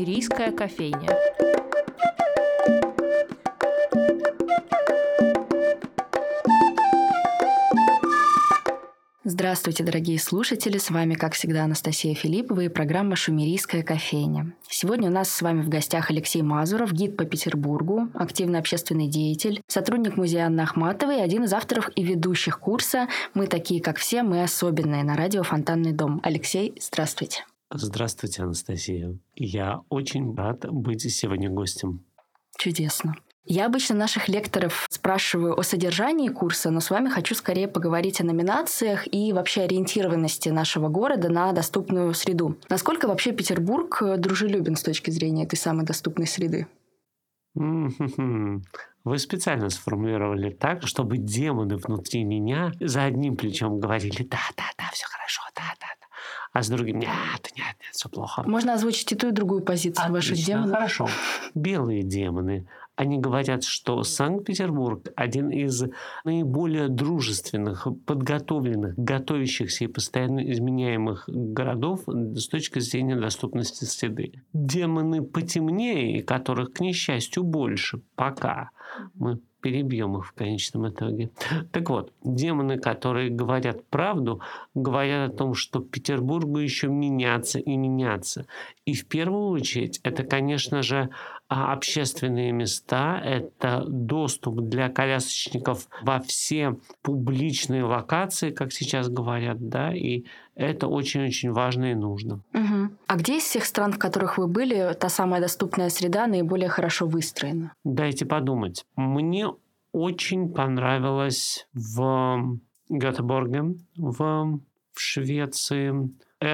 Шумерийская кофейня. Здравствуйте, дорогие слушатели! С вами, как всегда, Анастасия Филиппова и программа «Шумерийская кофейня». Сегодня у нас с вами в гостях Алексей Мазуров, гид по Петербургу, активный общественный деятель, сотрудник музея Анны Ахматовой и один из авторов и ведущих курса «Мы такие, как все, мы особенные» на радио «Фонтанный дом». Алексей, здравствуйте! Здравствуйте, Анастасия. Я очень рад быть сегодня гостем. Чудесно. Я обычно наших лекторов спрашиваю о содержании курса, но с вами хочу скорее поговорить о номинациях и вообще ориентированности нашего города на доступную среду. Насколько вообще Петербург дружелюбен с точки зрения этой самой доступной среды? Вы специально сформулировали так, чтобы демоны внутри меня за одним плечом говорили «да, все хорошо, да». А с другим нет, все плохо. Можно озвучить и ту, и другую позицию ваших демонов. Хорошо. Белые демоны. Они говорят, что Санкт-Петербург один из наиболее дружественных, подготовленных, готовящихся и постоянно изменяемых городов с точки зрения доступности среды. Демоны потемнее, которых, к несчастью, больше пока. Мы перебьем их в конечном итоге. Так вот, демоны, которые говорят правду, говорят о том, что Петербургу еще меняться и меняться. И в первую очередь это, конечно же, общественные места, это доступ для колясочников во все публичные локации, как сейчас говорят, да, и это очень-очень важно и нужно. Угу. А где из всех стран, в которых вы были, та самая доступная среда наиболее хорошо выстроена? Дайте подумать. Мне очень понравилось в Гетеборге, в Швеции.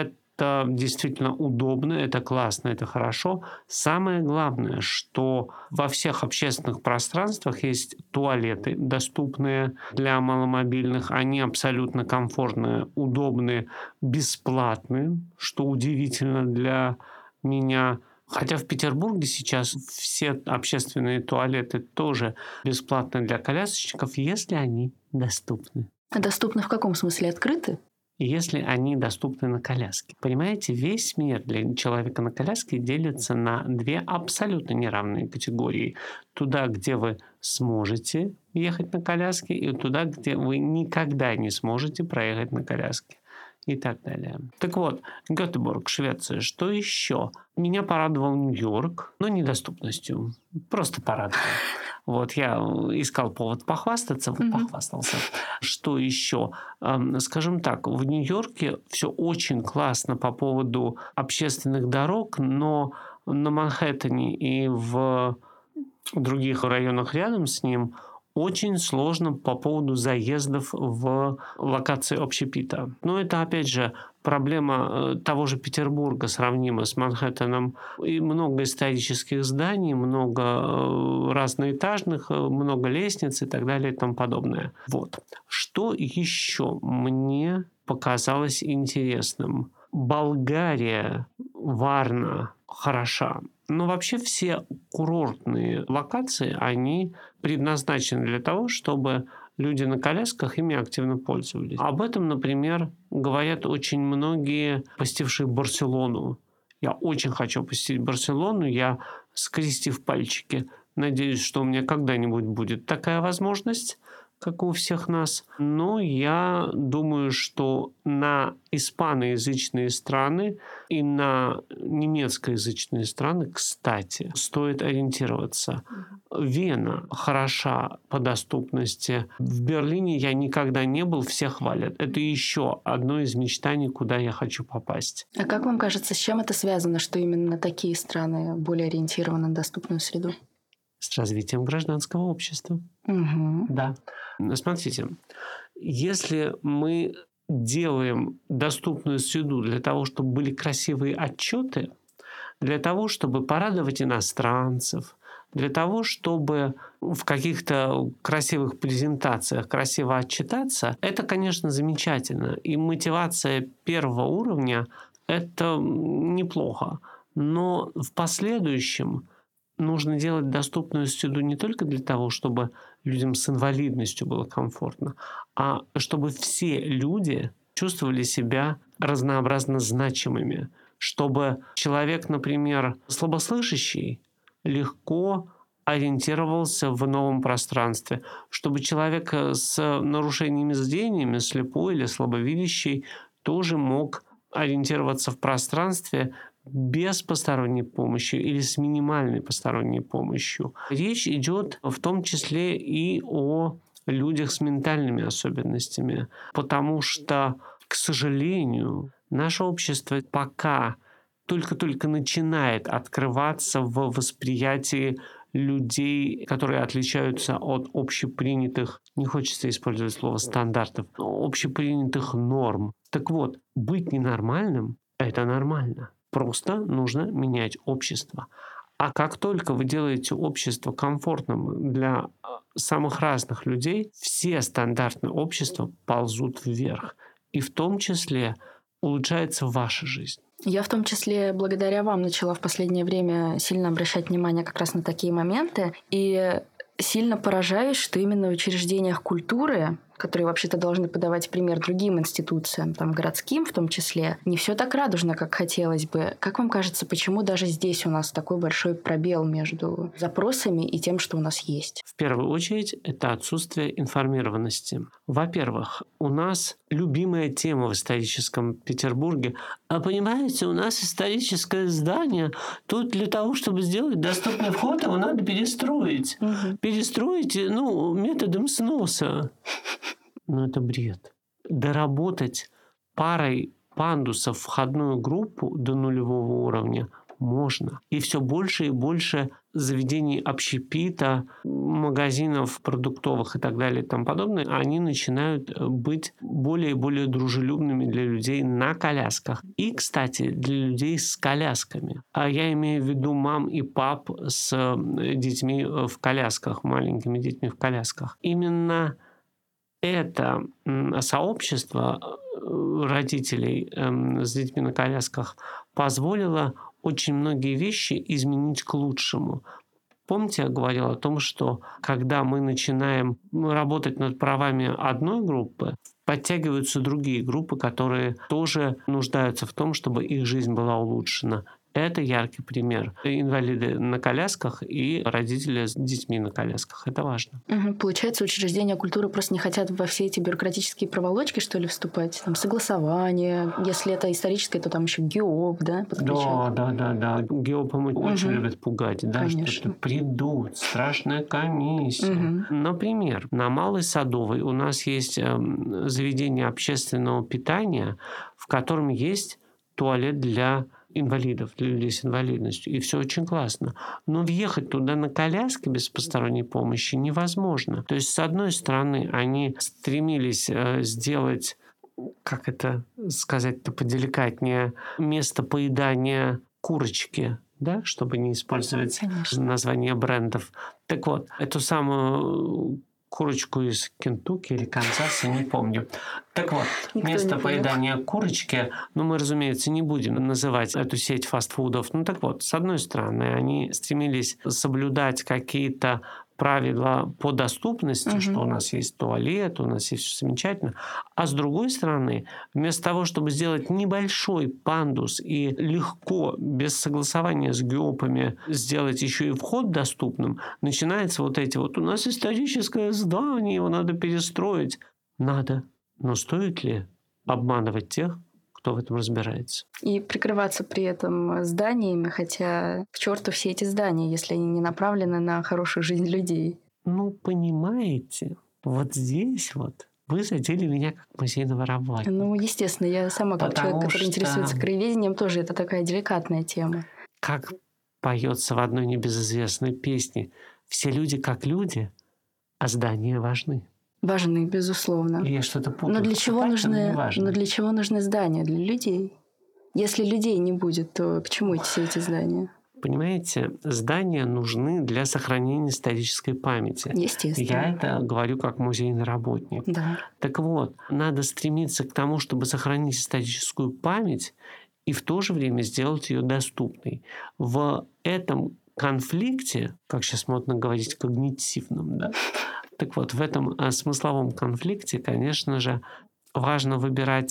Это действительно удобно, это классно, это хорошо. Самое главное, что во всех общественных пространствах есть туалеты, доступные для маломобильных. Они абсолютно комфортные, удобные, бесплатные, что удивительно для меня. Хотя в Петербурге сейчас все общественные туалеты тоже бесплатны для колясочников, если они доступны. А доступны в каком смысле? Открыты? Если они доступны на коляске. Понимаете, весь мир для человека на коляске делится на две абсолютно неравные категории. Туда, где вы сможете ехать на коляске, и туда, где вы никогда не сможете проехать на коляске. И так далее. Так вот, Гетеборг, Швеция. Что еще? Меня порадовал Нью-Йорк, но недоступностью. Просто порадовал. Вот я искал повод похвастаться, похвастался. Что еще? Скажем так, в Нью-Йорке все очень классно по поводу общественных дорог, но на Манхэттене и в других районах рядом с ним очень сложно по поводу заездов в локации общепита. Но это, опять же, проблема того же Петербурга, сравнима с Манхэттеном. И много исторических зданий, много разноэтажных, много лестниц и так далее и тому подобное. Вот. Что еще мне показалось интересным? Болгария, Варна хороша. Но вообще все курортные локации, они предназначены для того, чтобы люди на колясках ими активно пользовались. Об этом, например, говорят очень многие, посетившие Барселону. Я очень хочу посетить Барселону, я, скрестив пальчики, надеюсь, что у меня когда-нибудь будет такая возможность, как у всех нас. Но я думаю, что на испаноязычные страны и на немецкоязычные страны, кстати, стоит ориентироваться. Вена хороша по доступности. В Берлине я никогда не был, все хвалят. Это еще одно из мечтаний, куда я хочу попасть. А как вам кажется, с чем это связано, что именно такие страны более ориентированы на доступную среду? С развитием гражданского общества. Угу. Да. Смотрите, если мы делаем доступную среду для того, чтобы были красивые отчеты, для того, чтобы порадовать иностранцев, для того, чтобы в каких-то красивых презентациях красиво отчитаться, это, конечно, замечательно. И мотивация первого уровня – это неплохо. Но в последующем нужно делать доступную среду не только для того, чтобы людям с инвалидностью было комфортно, а чтобы все люди чувствовали себя разнообразно значимыми, чтобы человек, например, слабослышащий, легко ориентировался в новом пространстве, чтобы человек с нарушениями зрения, слепой или слабовидящий, тоже мог ориентироваться в пространстве без посторонней помощи или с минимальной посторонней помощью. Речь идет в том числе и о людях с ментальными особенностями, потому что, к сожалению, наше общество пока только-только начинает открываться в восприятии людей, которые отличаются от общепринятых, не хочется использовать слово стандартов, общепринятых норм. Так вот, быть ненормальным – это нормально. Просто нужно менять общество. А как только вы делаете общество комфортным для самых разных людей, все стандарты общества ползут вверх. И в том числе улучшается ваша жизнь. Я в том числе благодаря вам начала в последнее время сильно обращать внимание как раз на такие моменты. И сильно поражаюсь, что именно в учреждениях культуры, которые вообще-то должны подавать пример другим институциям, там, городским в том числе, не все так радужно, как хотелось бы. Как вам кажется, почему даже здесь у нас такой большой пробел между запросами и тем, что у нас есть? В первую очередь, это отсутствие информированности. Во-первых, у нас любимая тема в историческом Петербурге. А понимаете, у нас историческое здание. Тут для того, чтобы сделать доступный вход, его надо перестроить. Перестроить, методом сноса. Но это бред. Доработать парой пандусов входную группу до нулевого уровня можно. И все больше и больше заведений общепита, магазинов продуктовых и так далее и тому подобное, они начинают быть более и более дружелюбными для людей на колясках. И, кстати, для людей с колясками. А я имею в виду мам и пап с детьми в колясках, маленькими детьми в колясках. Именно это сообщество родителей с детьми на колясках позволило очень многие вещи изменить к лучшему. Помните, я говорил о том, что когда мы начинаем работать над правами одной группы, подтягиваются другие группы, которые тоже нуждаются в том, чтобы их жизнь была улучшена. Это яркий пример. Инвалиды на колясках и родители с детьми на колясках. Это важно. Получается, учреждения культуры просто не хотят во все эти бюрократические проволочки, что ли, вступать? Там согласование. Если это историческое, то там еще ГИОП, да, подключают? Да. ГИОПом очень любят пугать. Да, Конечно. что придут, страшная комиссия. Например, на Малой Садовой у нас есть заведение общественного питания, в котором есть туалет для инвалидов, для людей с инвалидностью. И все очень классно. Но въехать туда на коляске без посторонней помощи невозможно. То есть, с одной стороны, они стремились сделать, как это сказать-то поделикатнее, место поедания курочки, да, чтобы не использовать название брендов. Так вот, эту самую курочку из Кентукки или Канзаса, не помню. Так вот, место поедания курочки, мы, разумеется, не будем называть эту сеть фастфудов. Так вот, с одной стороны, они стремились соблюдать какие-то правила по доступности, что у нас есть туалет, у нас есть все замечательно. А с другой стороны, вместо того, чтобы сделать небольшой пандус и легко, без согласования с ГИОПами, сделать еще и вход доступным, начинается вот эти у нас историческое здание, его надо перестроить. Надо. Но стоит ли обманывать тех, кто в этом разбирается? И прикрываться при этом зданиями, хотя к черту все эти здания, если они не направлены на хорошую жизнь людей. Понимаете, вот здесь вы задели меня как музейного работника. Естественно, я сама как человек, который интересуется краеведением, тоже это такая деликатная тема. Как поется в одной небезызвестной песне: «Все люди как люди, а здания важны». Важны, безусловно. Я что-то путаю. Но для чего нужны здания? Для людей. Если людей не будет, то к чему все эти здания? Понимаете, здания нужны для сохранения исторической памяти. Естественно. Я это говорю как музейный работник. Да. Так вот, надо стремиться к тому, чтобы сохранить историческую память и в то же время сделать ее доступной. В этом конфликте, как сейчас модно говорить, когнитивном, да? Так вот, в этом смысловом конфликте, конечно же, важно выбирать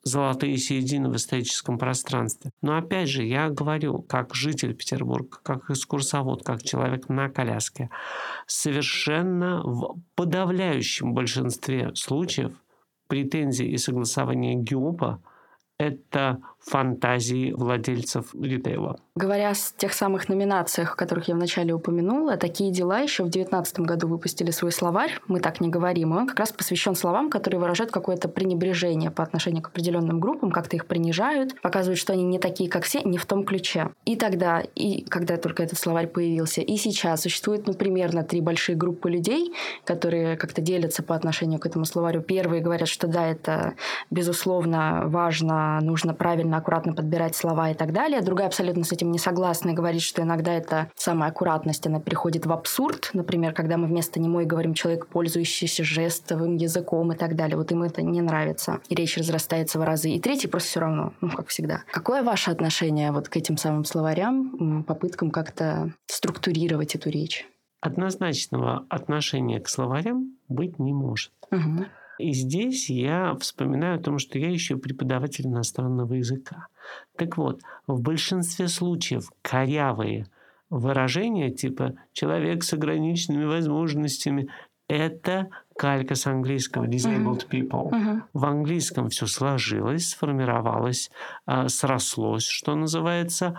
золотые середины в историческом пространстве. Но опять же, я говорю, как житель Петербурга, как экскурсовод, как человек на коляске, совершенно в подавляющем большинстве случаев претензии и согласования ГИОПа – это фантазии владельцев ритейла. Говоря о тех самых номинациях, о которых я вначале упомянула, «Такие дела» еще в 2019 году выпустили свой словарь «Мы так не говорим», и он как раз посвящен словам, которые выражают какое-то пренебрежение по отношению к определенным группам, как-то их принижают, показывают, что они не такие, как все, не в том ключе. И тогда, и когда только этот словарь появился, и сейчас существует, примерно 3 большие группы людей, которые как-то делятся по отношению к этому словарю. Первые говорят, что да, это безусловно важно, нужно правильно, аккуратно подбирать слова и так далее. Другая абсолютно с этим не согласна и говорит, что иногда эта самая аккуратность, она переходит в абсурд. Например, когда мы вместо «немой» говорим «человек, пользующийся жестовым языком» и так далее. Вот им это не нравится. И речь разрастается в разы. И третий просто все равно, как всегда. Какое ваше отношение вот к этим самым словарям, попыткам как-то структурировать эту речь? Однозначного отношения к словарям быть не может. Угу. И здесь я вспоминаю о том, что я еще преподаватель иностранного языка. Так вот, в большинстве случаев корявые выражения типа «человек с ограниченными возможностями» — это калька с английского «disabled people». В английском все сложилось, сформировалось, срослось, что называется,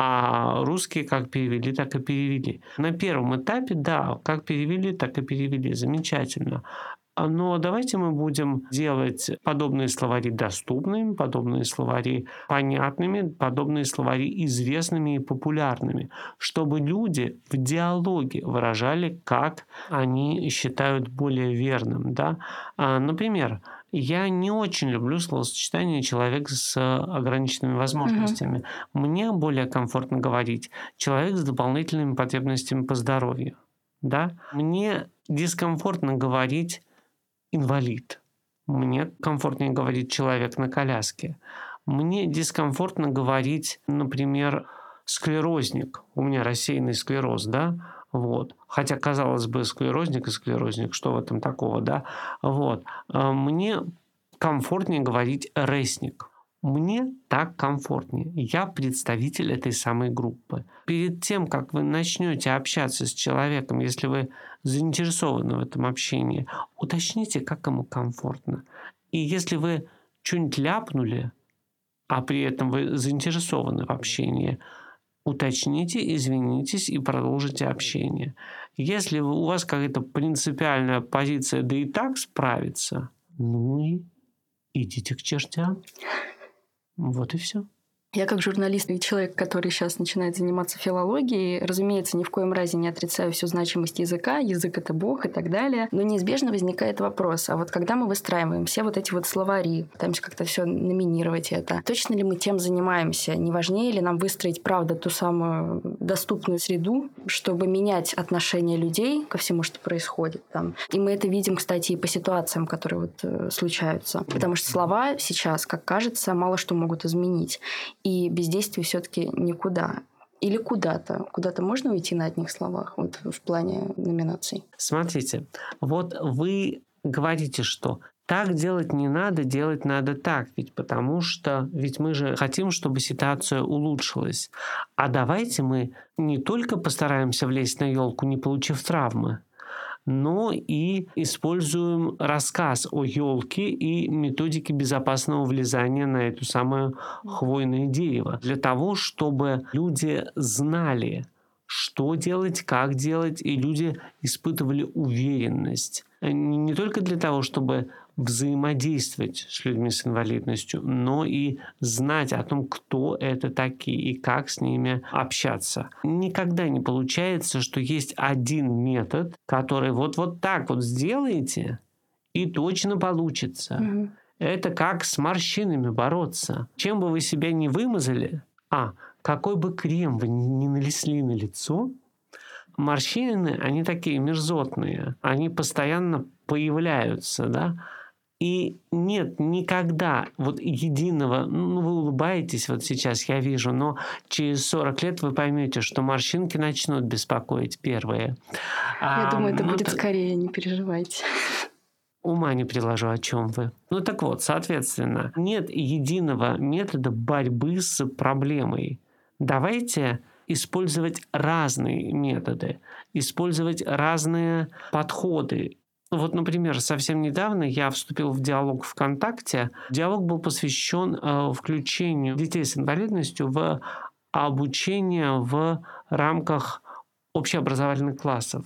а русские как перевели, так и перевели. На первом этапе, да, как перевели, так и перевели. Замечательно. Но давайте мы будем делать подобные словари доступными, подобные словари понятными, подобные словари известными и популярными, чтобы люди в диалоге выражали, как они считают более верным. Да? Например, я не очень люблю словосочетание «человек с ограниченными возможностями». Мне более комфортно говорить «человек с дополнительными потребностями по здоровью». Да? Мне дискомфортно говорить инвалид. Мне комфортнее говорить человек на коляске. Мне дискомфортно говорить, например, склерозник. У меня рассеянный склероз, да? Вот. Хотя, казалось бы, склерозник и склерозник, что в этом такого, да? Вот. Мне комфортнее говорить ресник. Мне так комфортнее. Я представитель этой самой группы. Перед тем, как вы начнете общаться с человеком, если вы заинтересованы в этом общении, уточните, как ему комфортно. И если вы что-нибудь ляпнули, а при этом вы заинтересованы в общении, уточните, извинитесь и продолжите общение. Если у вас какая-то принципиальная позиция, да и так справиться, ну и идите к чертям. Вот и все. Я как журналист и человек, который сейчас начинает заниматься филологией, разумеется, ни в коем разе не отрицаю всю значимость языка. Язык — это Бог и так далее. Но неизбежно возникает вопрос, а вот когда мы выстраиваем все вот эти вот словари, пытаемся как-то все номинировать это, точно ли мы тем занимаемся? Не важнее ли нам выстроить, правда, ту самую доступную среду, чтобы менять отношение людей ко всему, что происходит там? И мы это видим, кстати, и по ситуациям, которые вот случаются. Потому что слова сейчас, как кажется, мало что могут изменить. И бездействие все-таки никуда. Или куда-то. Куда-то можно уйти на одних словах, вот в плане номинаций? Смотрите, вот вы говорите, что так делать не надо, делать надо так. Потому что мы же хотим, чтобы ситуация улучшилась. А давайте мы не только постараемся влезть на елку, не получив травмы, но и используем рассказ о елке и методике безопасного влезания на эту самую хвойное дерево. Для того, чтобы люди знали, что делать, как делать, и люди испытывали уверенность. Не только для того, чтобы взаимодействовать с людьми с инвалидностью, но и знать о том, кто это такие и как с ними общаться. Никогда не получается, что есть один метод, который вот так вот сделаете, и точно получится. Это как с морщинами бороться. Чем бы вы себя не вымазали, какой бы крем вы ни нанесли на лицо, морщины, они такие мерзотные, они постоянно появляются, да? И нет никогда вот единого, вы улыбаетесь вот сейчас, я вижу, но через 40 лет вы поймете, что морщинки начнут беспокоить первые. Я думаю, это будет скорее, не переживайте. Ума не приложу, о чем вы. Ну так вот, соответственно, нет единого метода борьбы с проблемой. Давайте использовать разные методы, использовать разные подходы. Вот, например, совсем недавно я вступил в диалог ВКонтакте. Диалог был посвящен включению детей с инвалидностью в обучение в рамках общеобразовательных классов.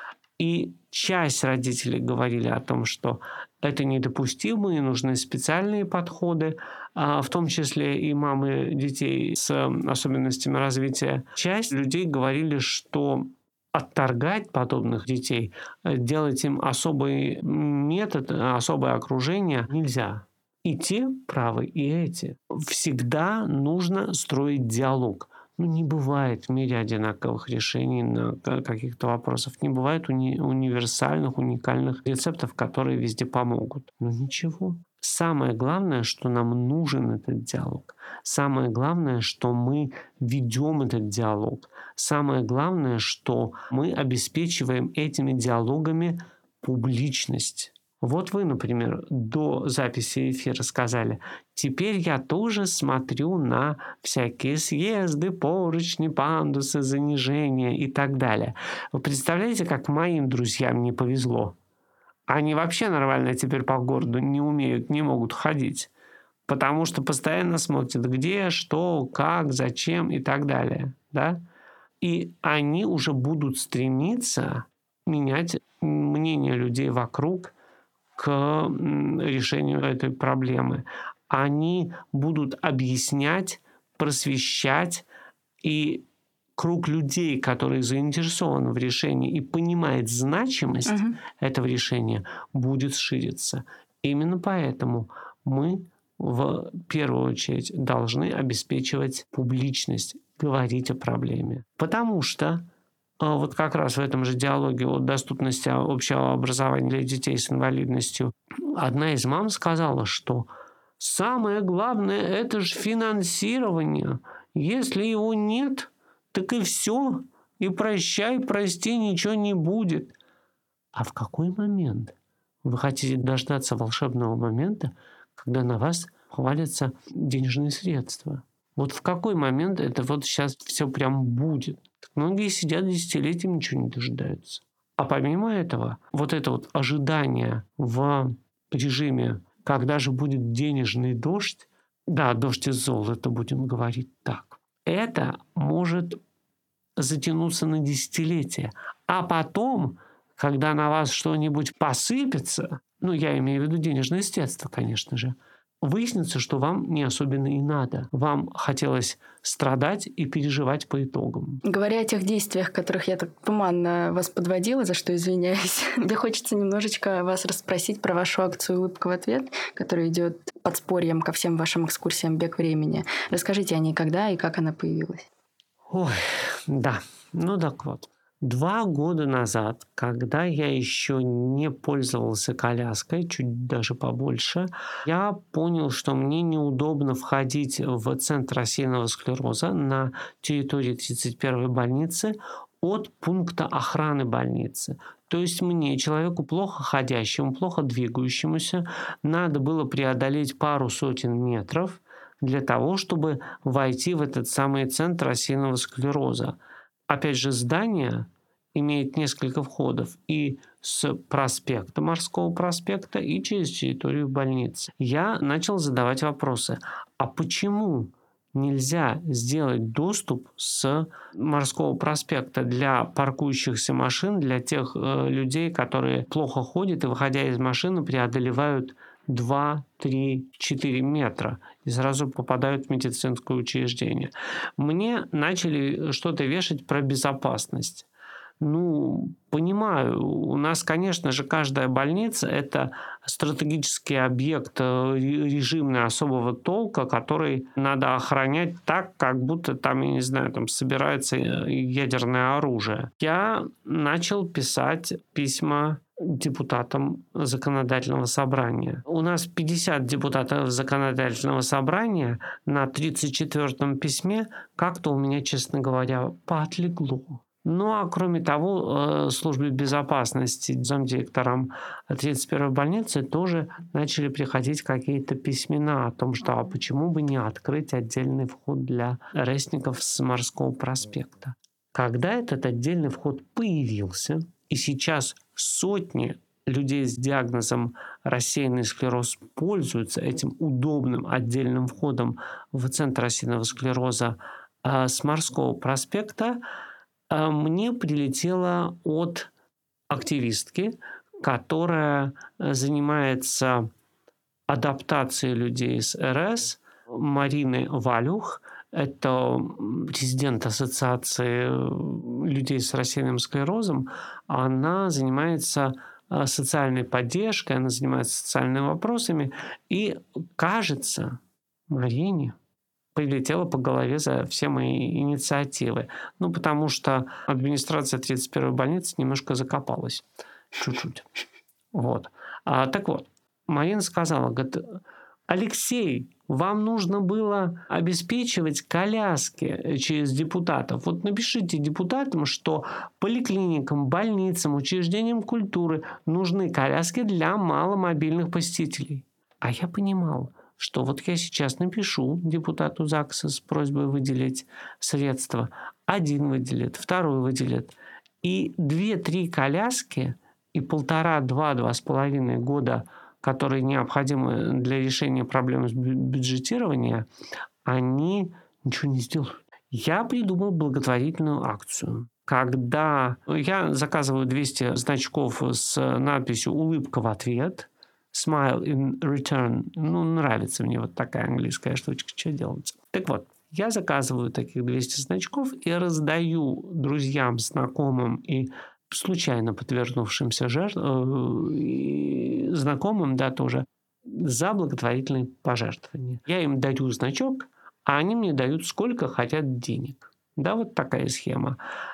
И часть родителей говорили о том, что это недопустимо, и нужны специальные подходы, в том числе и мамы детей с особенностями развития. Часть людей говорили, что отторгать подобных детей, делать им особый метод, особое окружение нельзя. И те правы, и эти. Всегда нужно строить диалог. Не бывает в мире одинаковых решений на каких-то вопросов. Не бывает универсальных, уникальных рецептов, которые везде помогут. Но ничего. Самое главное, что нам нужен этот диалог. Самое главное, что мы ведем этот диалог. Самое главное, что мы обеспечиваем этими диалогами публичность. Вот вы, например, до записи эфира сказали: теперь я тоже смотрю на всякие съезды, поручни, пандусы, занижения и так далее. Вы представляете, как моим друзьям не повезло? Они вообще нормально теперь по городу не умеют, не могут ходить, потому что постоянно смотрят, где, что, как, зачем и так далее. Да? И они уже будут стремиться менять мнение людей вокруг к решению этой проблемы. Они будут объяснять, просвещать, и круг людей, которые заинтересованы в решении и понимает значимость этого решения, будет шириться. Именно поэтому мы в первую очередь должны обеспечивать публичность, говорить о проблеме. Потому что вот как раз в этом же диалоге о доступности общего образования для детей с инвалидностью одна из мам сказала, что самое главное – это же финансирование. Если его нет, так и все. И прощай, прости, ничего не будет. А в какой момент вы хотите дождаться волшебного момента, когда на вас хвалятся денежные средства? Вот в какой момент это вот сейчас все прям будет? Так многие сидят десятилетиями, ничего не дожидаются. А помимо этого, вот это вот ожидание в режиме, когда же будет денежный дождь, да, дождь из золота, будем говорить так, это может затянуться на десятилетия. А потом, когда на вас что-нибудь посыпется, я имею в виду денежные средства, конечно же, выяснится, что вам не особенно и надо. Вам хотелось страдать и переживать по итогам. Говоря о тех действиях, которых я так туманно вас подводила, за что извиняюсь, мне хочется немножечко вас расспросить про вашу акцию «Улыбка в ответ», которая идет подспорьем ко всем вашим экскурсиям «Бег времени». Расскажите о ней, когда и как она появилась. Ой, да. Так вот. 2 года назад, когда я еще не пользовался коляской, чуть даже побольше, я понял, что мне неудобно входить в центр рассеянного склероза на территории 31-й больницы от пункта охраны больницы. То есть мне, человеку плохо ходящему, плохо двигающемуся, надо было преодолеть пару сотен метров для того, чтобы войти в этот самый центр рассеянного склероза. Опять же, здание имеет несколько входов и с проспекта, Морского проспекта, и через территорию больницы. Я начал задавать вопросы. А почему нельзя сделать доступ с Морского проспекта для паркующихся машин, для тех людей, которые плохо ходят и, выходя из машины, преодолевают 2, 3, 4 метра и сразу попадают в медицинское учреждение? Мне начали что-то вешать про безопасность. Понимаю, у нас, конечно же, каждая больница – это стратегический объект режимный особого толка, который надо охранять так, как будто там, я не знаю, там собирается ядерное оружие. Я начал писать письма депутатам законодательного собрания. У нас 50 депутатов законодательного собрания, на 34-м письме как-то у меня, честно говоря, поотлегло. Ну, а кроме того, службе безопасности, замдиректором 31-й больницы тоже начали приходить какие-то письмена о том, что а почему бы не открыть отдельный вход для РЭСников с Морского проспекта. Когда этот отдельный вход появился, и сейчас сотни людей с диагнозом рассеянный склероз пользуются этим удобным отдельным входом в центр рассеянного склероза с Морского проспекта, мне прилетело от активистки, которая занимается адаптацией людей с РС, Марины Валюх. Это президент Ассоциации людей с рассеянным склерозом. Она занимается социальной поддержкой, она занимается социальными вопросами. И, кажется, Марине прилетело по голове за все мои инициативы. Ну, потому что администрация 31-й больницы немножко закопалась. Чуть-чуть. Вот. Так вот, Марина сказала, говорит, Алексей, вам нужно было обеспечивать коляски через депутатов. Вот напишите депутатам, что поликлиникам, больницам, учреждениям культуры нужны коляски для маломобильных посетителей. А я понимал, что вот я сейчас напишу депутату ЗАГСа с просьбой выделить средства. Один выделит, второй выделит. И 2-3 коляски и 2,5 года, которые необходимы для решения проблем бюджетирования, они ничего не сделают. Я придумал благотворительную акцию. Когда я заказываю 200 значков с надписью «Улыбка в ответ», Smile in return. Ну, нравится мне вот такая английская штучка, что делать. Так вот, я заказываю таких 200 значков и раздаю друзьям, знакомым и случайно подвернувшимся знакомым, да, тоже, за благотворительные пожертвования. Я им даю значок, а они мне дают сколько хотят денег. Да, вот такая схема.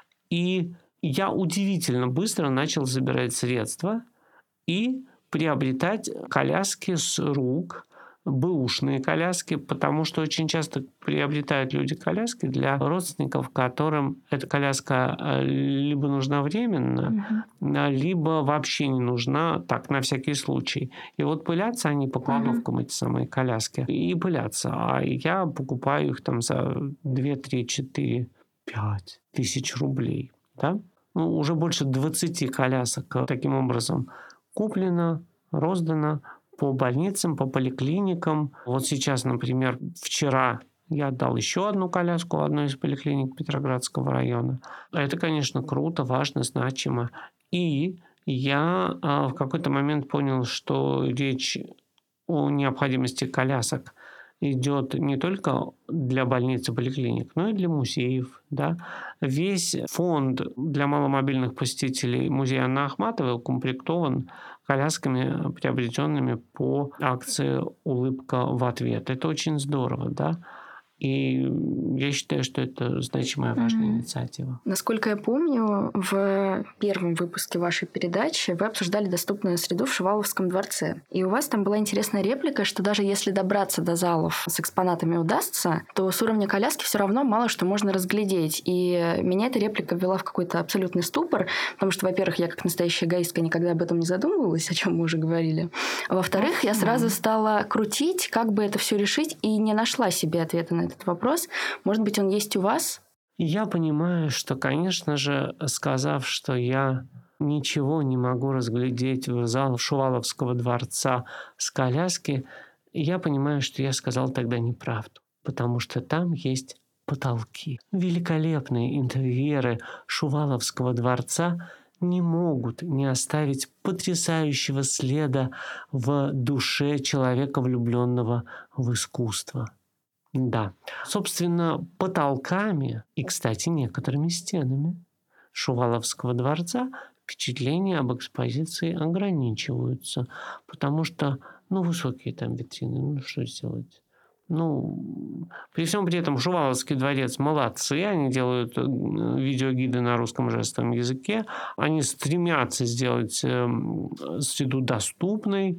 И я удивительно быстро начал собирать средства и приобретать коляски с рук, бэушные коляски, потому что очень часто приобретают люди коляски для родственников, которым эта коляска либо нужна временно, либо вообще не нужна, так, на всякий случай. И вот пылятся они по кладовкам, эти самые коляски, и пылятся. А я покупаю их там за 2, 3, 4, 5 тысяч рублей. Да? Ну, уже больше 20 колясок таким образом куплено, роздано по больницам, по поликлиникам. Вот сейчас, например, вчера я отдал еще одну коляску в одной из поликлиник Петроградского района. Это, конечно, круто, важно, значимо. И я в какой-то момент понял, что речь о необходимости колясок идет не только для больниц и поликлиник, но и для музеев. Да? Весь фонд для маломобильных посетителей музея Анны Ахматовой укомплектован колясками, приобретенными по акции «Улыбка в ответ». Это очень здорово, да? И я считаю, что это значимая, важная инициатива. Насколько я помню, в первом выпуске вашей передачи вы обсуждали доступную среду в Шуваловском дворце. И у вас там была интересная реплика, что даже если добраться до залов с экспонатами удастся, то с уровня коляски все равно мало что можно разглядеть. И меня эта реплика ввела в какой-то абсолютный ступор, потому что, во-первых, я как настоящая эгоистка никогда об этом не задумывалась, о чем мы уже говорили. А во-вторых, я сразу стала крутить, как бы это все решить, и не нашла себе ответа на этот вопрос. Может быть, он есть у вас? Я понимаю, что, конечно же, сказав, что я ничего не могу разглядеть в зал Шуваловского дворца с коляски, я понимаю, что я сказал тогда неправду, потому что там есть потолки. Великолепные интерьеры Шуваловского дворца не могут не оставить потрясающего следа в душе человека, влюбленного в искусство. Да. Собственно, потолками и, кстати, некоторыми стенами Шуваловского дворца впечатления об экспозиции ограничиваются, потому что, высокие там витрины, что сделать? При всем при этом Шуваловский дворец молодцы, они делают видеогиды на русском жестовом языке, они стремятся сделать среду доступной,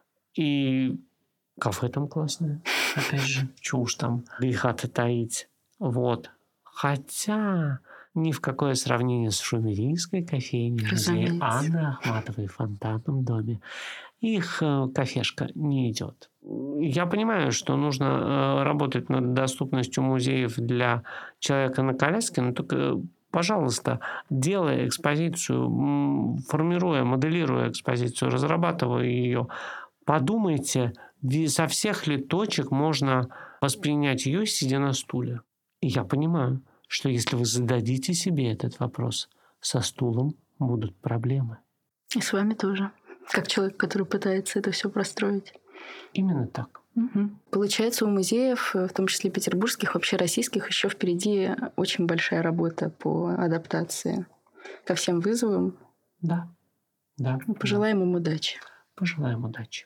и кафе там классное, опять же, чего уж там греха-то таить. Вот. Хотя ни в какое сравнение с шумерийской кофейней, музея Анны Ахматовой в Фонтанном доме. Их кафешка не идет. Я понимаю, что нужно работать над доступностью музеев для человека на коляске, но только, пожалуйста, делая экспозицию, формируя, моделируя экспозицию, разрабатывая ее, подумайте, со всех ли точек можно воспринять ее, сидя на стуле. И я понимаю, что если вы зададите себе этот вопрос, со стулом будут проблемы. И с вами тоже. Как человек, который пытается это все простроить. Именно так. Угу. Получается, у музеев, в том числе петербургских, вообще российских, еще впереди очень большая работа по адаптации ко всем вызовам. Да. Пожелаем им удачи. Пожелаем удачи.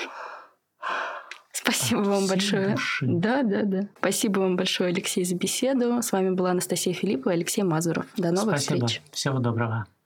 Спасибо вам большое. Души. Да. Спасибо вам большое, Алексей, за беседу. С вами была Анастасия Филиппова и Алексей Мазуров. До новых встреч. Всего доброго.